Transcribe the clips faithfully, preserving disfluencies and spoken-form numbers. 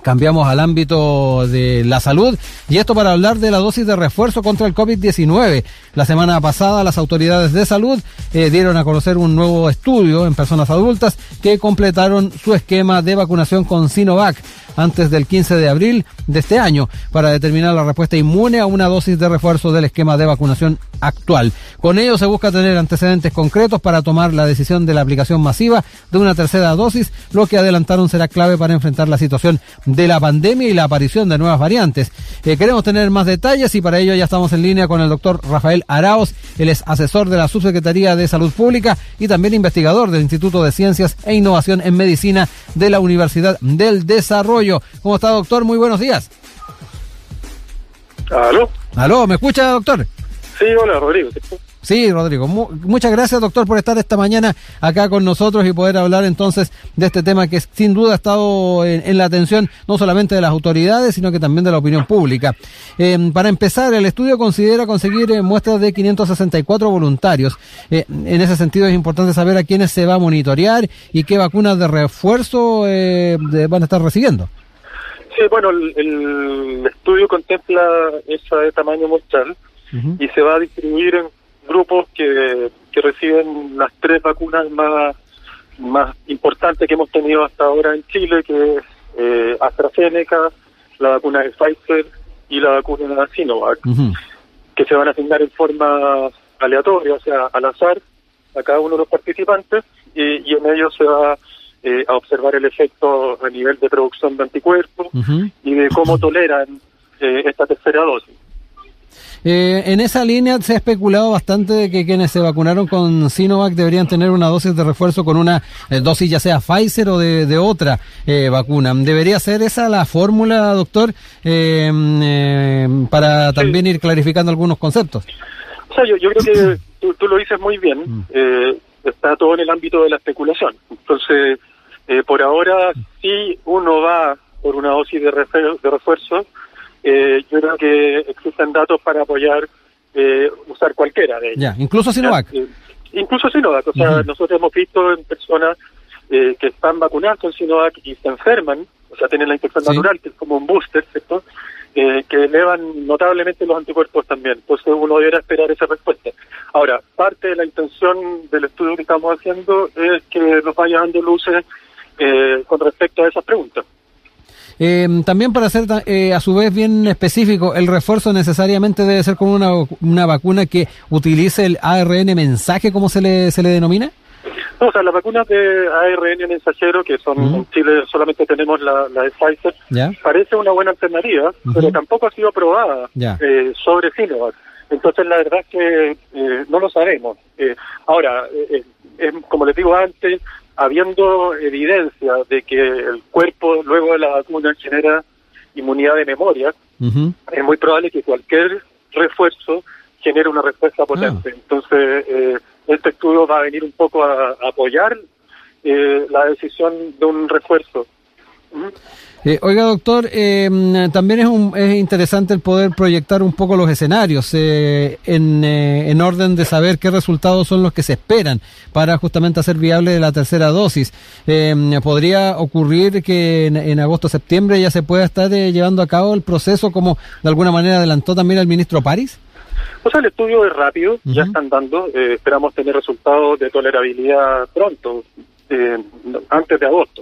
Cambiamos al ámbito de la salud y esto para hablar de la dosis de refuerzo contra el COVID diecinueve. La semana pasada las autoridades de salud eh, dieron a conocer un nuevo estudio en personas adultas que completaron su esquema de vacunación con Sinovac antes del quince de abril de este año para determinar la respuesta inmune a una dosis de refuerzo del esquema de vacunación actual. Con ello se busca tener antecedentes concretos para tomar la decisión de la aplicación masiva de una tercera dosis, lo que adelantaron será clave para enfrentar la situación de la pandemia y la aparición de nuevas variantes. Eh, queremos tener más detalles y para ello ya estamos en línea con el doctor Rafael Araoz. Él es asesor de la Subsecretaría de Salud Pública y también investigador del Instituto de Ciencias e Innovación en Medicina de la Universidad del Desarrollo. ¿Cómo está, doctor? Muy buenos días. ¿Aló? ¿Aló? ¿Me escucha, doctor? Sí, hola, Rodrigo. Sí, Rodrigo. Mu- muchas gracias, doctor, por estar esta mañana acá con nosotros y poder hablar entonces de este tema que sin duda ha estado en, en la atención no solamente de las autoridades, sino que también de la opinión pública. Eh, para empezar, el estudio considera conseguir eh, muestras de quinientos sesenta y cuatro voluntarios. Eh, en ese sentido es importante saber a quiénes se va a monitorear y qué vacunas de refuerzo eh, de, van a estar recibiendo. Sí, bueno, el, el estudio contempla esa de tamaño muestral uh-huh. y se va a distribuir en grupos que, que reciben las tres vacunas más, más importantes que hemos tenido hasta ahora en Chile, que es eh, AstraZeneca, la vacuna de Pfizer y la vacuna de Sinovac, uh-huh. que se van a asignar en forma aleatoria, o sea, al azar, a cada uno de los participantes, y, y en ellos se va eh, a observar el efecto a nivel de producción de anticuerpos uh-huh. y de cómo toleran eh, esta tercera dosis. Eh, en esa línea se ha especulado bastante de que quienes se vacunaron con Sinovac deberían tener una dosis de refuerzo con una eh, dosis ya sea Pfizer o de, de otra eh, vacuna. ¿Debería ser esa la fórmula, doctor, eh, eh, para también sí. ir clarificando algunos conceptos? O sea, yo, yo creo que tú, tú lo dices muy bien. Eh, está todo en el ámbito de la especulación. Entonces, eh, por ahora, si uno va por una dosis de, refer- de refuerzo, Eh, yo creo que existen datos para apoyar eh, usar cualquiera de ellas. Ya, incluso Sinovac. Eh, incluso Sinovac. O sea, uh-huh. nosotros hemos visto en personas eh, que están vacunadas con Sinovac y se enferman, o sea, tienen la infección sí. natural, que es como un booster, ¿cierto? Eh, que elevan notablemente los anticuerpos también. Entonces uno deberá esperar esa respuesta. Ahora, parte de la intención del estudio que estamos haciendo es que nos vaya dando luces eh, con respecto a esas preguntas. Eh, también para ser eh, a su vez bien específico, ¿el refuerzo necesariamente debe ser con una, una vacuna que utilice el A R N mensaje, como se le se le denomina? No, o sea, las vacunas de A R N mensajero, que son uh-huh. en Chile solamente tenemos la, la de Pfizer, ¿ya? Parece una buena alternativa, uh-huh. pero tampoco ha sido probada eh, sobre Sinovac. Entonces la verdad es que eh, no lo sabemos. Eh, ahora, eh, eh, como les digo antes, habiendo evidencia de que el cuerpo luego de la vacuna genera inmunidad de memoria, uh-huh. es muy probable que cualquier refuerzo genere una respuesta potente. Ah. Entonces, eh, este estudio va a venir un poco a, a apoyar eh, la decisión de un refuerzo. ¿Mm? Eh, oiga, doctor, eh, también es, un, es interesante el poder proyectar un poco los escenarios eh, en, eh, en orden de saber qué resultados son los que se esperan para justamente hacer viable la tercera dosis. Eh, ¿Podría ocurrir que en, en agosto o septiembre ya se pueda estar eh, llevando a cabo el proceso como de alguna manera adelantó también el ministro París? O sea, el estudio es rápido, uh-huh. ya están dando, eh, esperamos tener resultados de tolerabilidad pronto, eh, antes de agosto.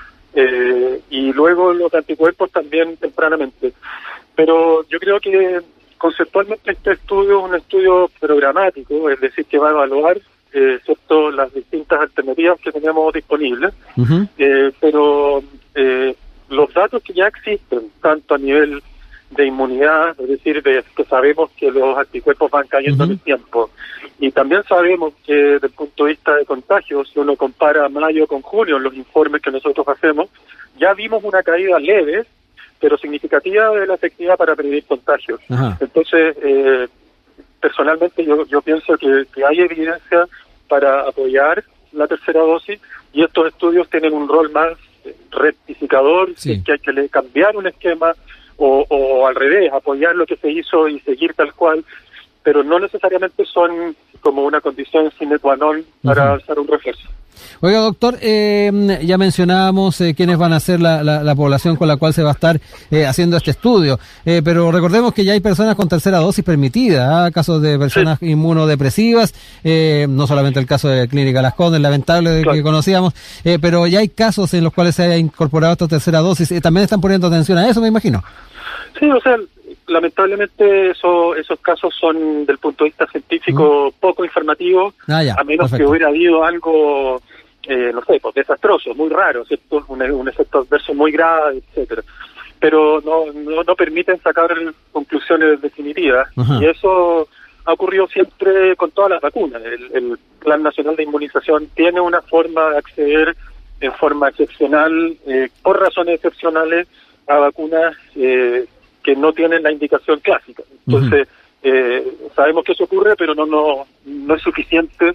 Eh, y luego los anticuerpos también tempranamente. Pero yo creo que conceptualmente este estudio es un estudio programático, es decir, que va a evaluar eh, ¿cierto? las distintas alternativas que tenemos disponibles, uh-huh. eh, pero eh, los datos que ya existen, tanto a nivel de inmunidad, es decir, de que sabemos que los anticuerpos van cayendo uh-huh. en el tiempo, y también sabemos que desde el punto de vista de contagios, si uno compara mayo con junio en los informes que nosotros hacemos, ya vimos una caída leve, pero significativa de la efectividad para prevenir contagios. Uh-huh. Entonces, eh, personalmente yo, yo pienso que, que hay evidencia para apoyar la tercera dosis, y estos estudios tienen un rol más rectificador, sí. que hay que cambiar un esquema, O, o al revés, apoyar lo que se hizo y seguir tal cual, pero no necesariamente son como una condición sine qua non para uh-huh. hacer un refuerzo. Oiga, doctor, eh, ya mencionábamos eh, quiénes van a ser la, la, la población con la cual se va a estar eh, haciendo este estudio, eh, pero recordemos que ya hay personas con tercera dosis permitida, ¿eh? Casos de personas sí. inmunodepresivas, eh, no solamente el caso de Clínica Las Condes, lamentable claro. que conocíamos, eh, pero ya hay casos en los cuales se ha incorporado esta tercera dosis, eh, también están poniendo atención a eso, me imagino. Sí, o sea, lamentablemente eso, esos casos son, del punto de vista científico, mm. poco informativos, ah, ya, a menos perfecto. que hubiera habido algo, eh, no sé, pues desastroso, muy raro, ¿cierto? Un, un efecto adverso muy grave, etcétera. Pero no, no, no permiten sacar conclusiones definitivas. Ajá. Y eso ha ocurrido siempre con todas las vacunas. El, el Plan Nacional de Inmunización tiene una forma de acceder en forma excepcional, eh, por razones excepcionales, a vacunas eh, que no tienen la indicación clásica. Entonces, uh-huh. eh, sabemos que eso ocurre, pero no no no es suficiente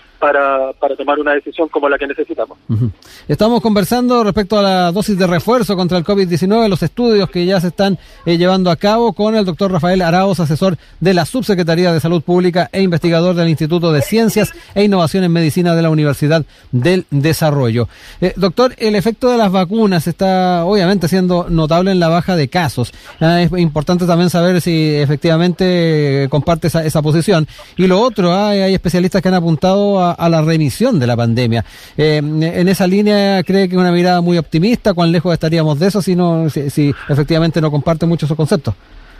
para, para tomar una decisión como la que necesitamos. Uh-huh. Estamos conversando respecto a la dosis de refuerzo contra el COVID diecinueve, los estudios que ya se están eh, llevando a cabo con el doctor Rafael Arauz, asesor de la Subsecretaría de Salud Pública e investigador del Instituto de Ciencias e Innovación en Medicina de la Universidad del Desarrollo. Eh, doctor, el efecto de las vacunas está obviamente siendo notable en la baja de casos. Eh, es importante también saber si efectivamente comparte esa, esa posición. Y lo otro, eh, hay especialistas que han apuntado a a la remisión de la pandemia. Eh, en esa línea, ¿cree que es una mirada muy optimista? ¿Cuán lejos estaríamos de eso si no, si, si efectivamente no comparte mucho esos conceptos?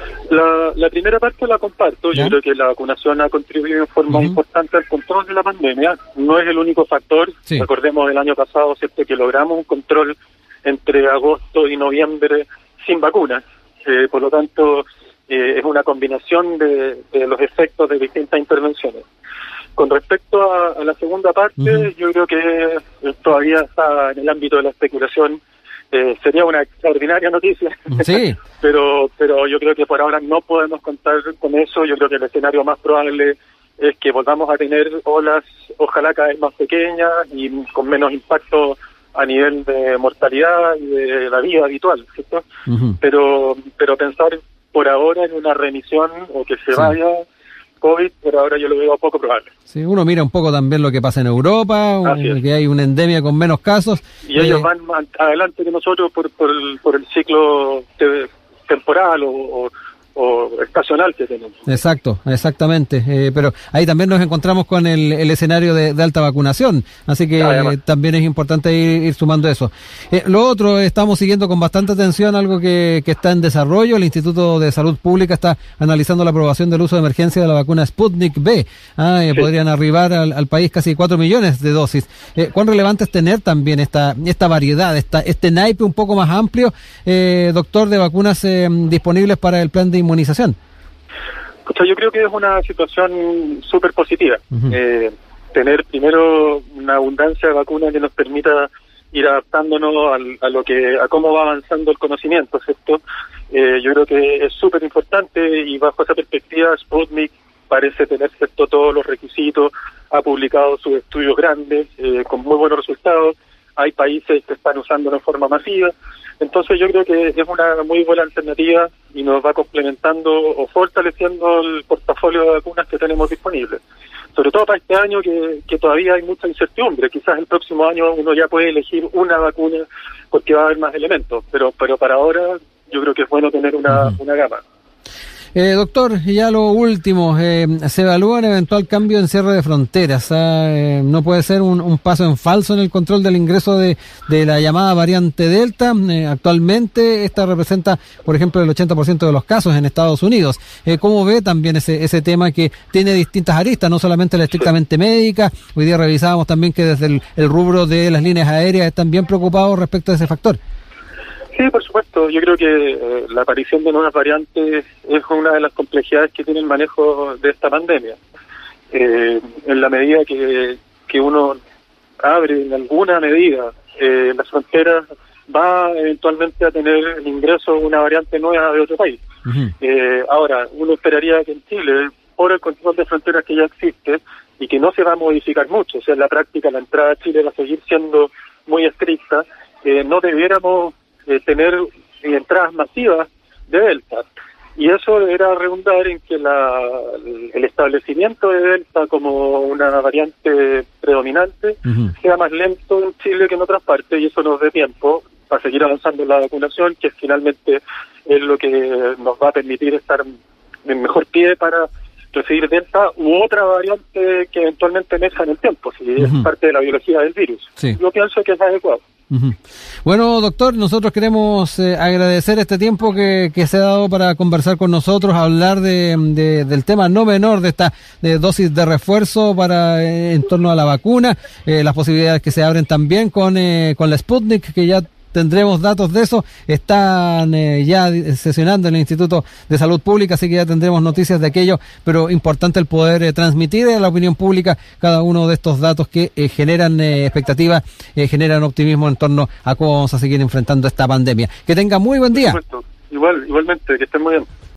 La, la primera parte la comparto. ¿Ya? Yo creo que la vacunación ha contribuido en forma uh-huh. importante al control de la pandemia. No es el único factor. Sí. Recordemos el año pasado, ¿cierto?, que logramos un control entre agosto y noviembre sin vacunas. Eh, por lo tanto, eh, es una combinación de, de los efectos de distintas intervenciones. Con respecto a, a la segunda parte, uh-huh. yo creo que todavía está en el ámbito de la especulación. Eh, sería una extraordinaria noticia, sí. pero pero yo creo que por ahora no podemos contar con eso. Yo creo que el escenario más probable es que volvamos a tener olas, ojalá cada vez más pequeñas y con menos impacto a nivel de mortalidad y de la vida habitual, ¿cierto? Uh-huh. Pero pero pensar por ahora en una remisión o que se sí. vaya COVID, pero ahora yo lo veo poco probable. Sí, uno mira un poco también lo que pasa en Europa, un, que hay una endemia con menos casos. Y eh, ellos van más adelante que nosotros por por el, por el ciclo te, temporal o, o, o estacional que tenemos. Exacto, exactamente. Eh, pero ahí también nos encontramos con el, el escenario de, de alta vacunación, así que eh, también es importante ir, ir sumando eso. Eh, lo otro, estamos siguiendo con bastante atención algo que, que está en desarrollo. El Instituto de Salud Pública está analizando la aprobación del uso de emergencia de la vacuna Sputnik V. Ah, eh, sí. Podrían arribar al, al país casi cuatro millones de dosis. Eh, ¿Cuán relevante es tener también esta esta variedad, esta, este naipe un poco más amplio, eh, doctor, de vacunas eh, disponibles para el plan de inmunización? O sea, yo creo que es una situación súper positiva. Uh-huh. Eh, tener primero una abundancia de vacunas que nos permita ir adaptándonos al, a lo que a cómo va avanzando el conocimiento, ¿cierto? Eh, yo creo que es súper importante y bajo esa perspectiva Sputnik parece tener, ¿cierto?, todos los requisitos, ha publicado sus estudios grandes eh, con muy buenos resultados. Hay países que están usándolo en forma masiva. Entonces yo creo que es una muy buena alternativa y nos va complementando o fortaleciendo el portafolio de vacunas que tenemos disponibles. Sobre todo para este año que, que todavía hay mucha incertidumbre. Quizás el próximo año uno ya puede elegir una vacuna porque va a haber más elementos, pero pero para ahora yo creo que es bueno tener una, uh-huh. una gama. Eh, doctor, ya lo último, eh, se evalúa un eventual cambio en cierre de fronteras. ¿Ah? Eh, no puede ser un, un paso en falso en el control del ingreso de, de la llamada variante Delta. Eh, actualmente esta representa, por ejemplo, el ochenta por ciento de los casos en Estados Unidos. Eh, ¿Cómo ve también ese, ese tema que tiene distintas aristas, no solamente la estrictamente médica? Hoy día revisábamos también que desde el, el rubro de las líneas aéreas están bien preocupados respecto a ese factor. Sí, por supuesto. Yo creo que eh, la aparición de nuevas variantes es una de las complejidades que tiene el manejo de esta pandemia. Eh, en la medida que, que uno abre en alguna medida eh, las fronteras, va eventualmente a tener el ingreso de una variante nueva de otro país. Uh-huh. Eh, ahora, uno esperaría que en Chile, por el control de fronteras que ya existe y que no se va a modificar mucho, o sea, en la práctica la entrada a Chile va a seguir siendo muy estricta, eh, no debiéramos Eh, tener entradas masivas de Delta. y eso deberá redundar en que la, el establecimiento de Delta como una variante predominante uh-huh. sea más lento en Chile que en otras partes, y eso nos dé tiempo para seguir avanzando en la vacunación, que finalmente es lo que nos va a permitir estar en mejor pie para recibir Delta u otra variante que eventualmente emerja en el tiempo, si uh-huh. es parte de la biología del virus. Sí. Yo pienso que es adecuado. Uh-huh. Bueno, doctor, nosotros queremos eh, agradecer este tiempo que, que se ha dado para conversar con nosotros, hablar de, de del tema no menor de esta de dosis de refuerzo para eh, en torno a la vacuna, eh, las posibilidades que se abren también con eh, con la Sputnik, que ya tendremos datos de eso, están eh, ya sesionando en el Instituto de Salud Pública, así que ya tendremos noticias de aquello, pero importante el poder eh, transmitir a la opinión pública cada uno de estos datos que eh, generan eh, expectativas, eh, generan optimismo en torno a cómo vamos a seguir enfrentando esta pandemia. Que tenga muy buen día. Igual, igualmente, que estén muy bien.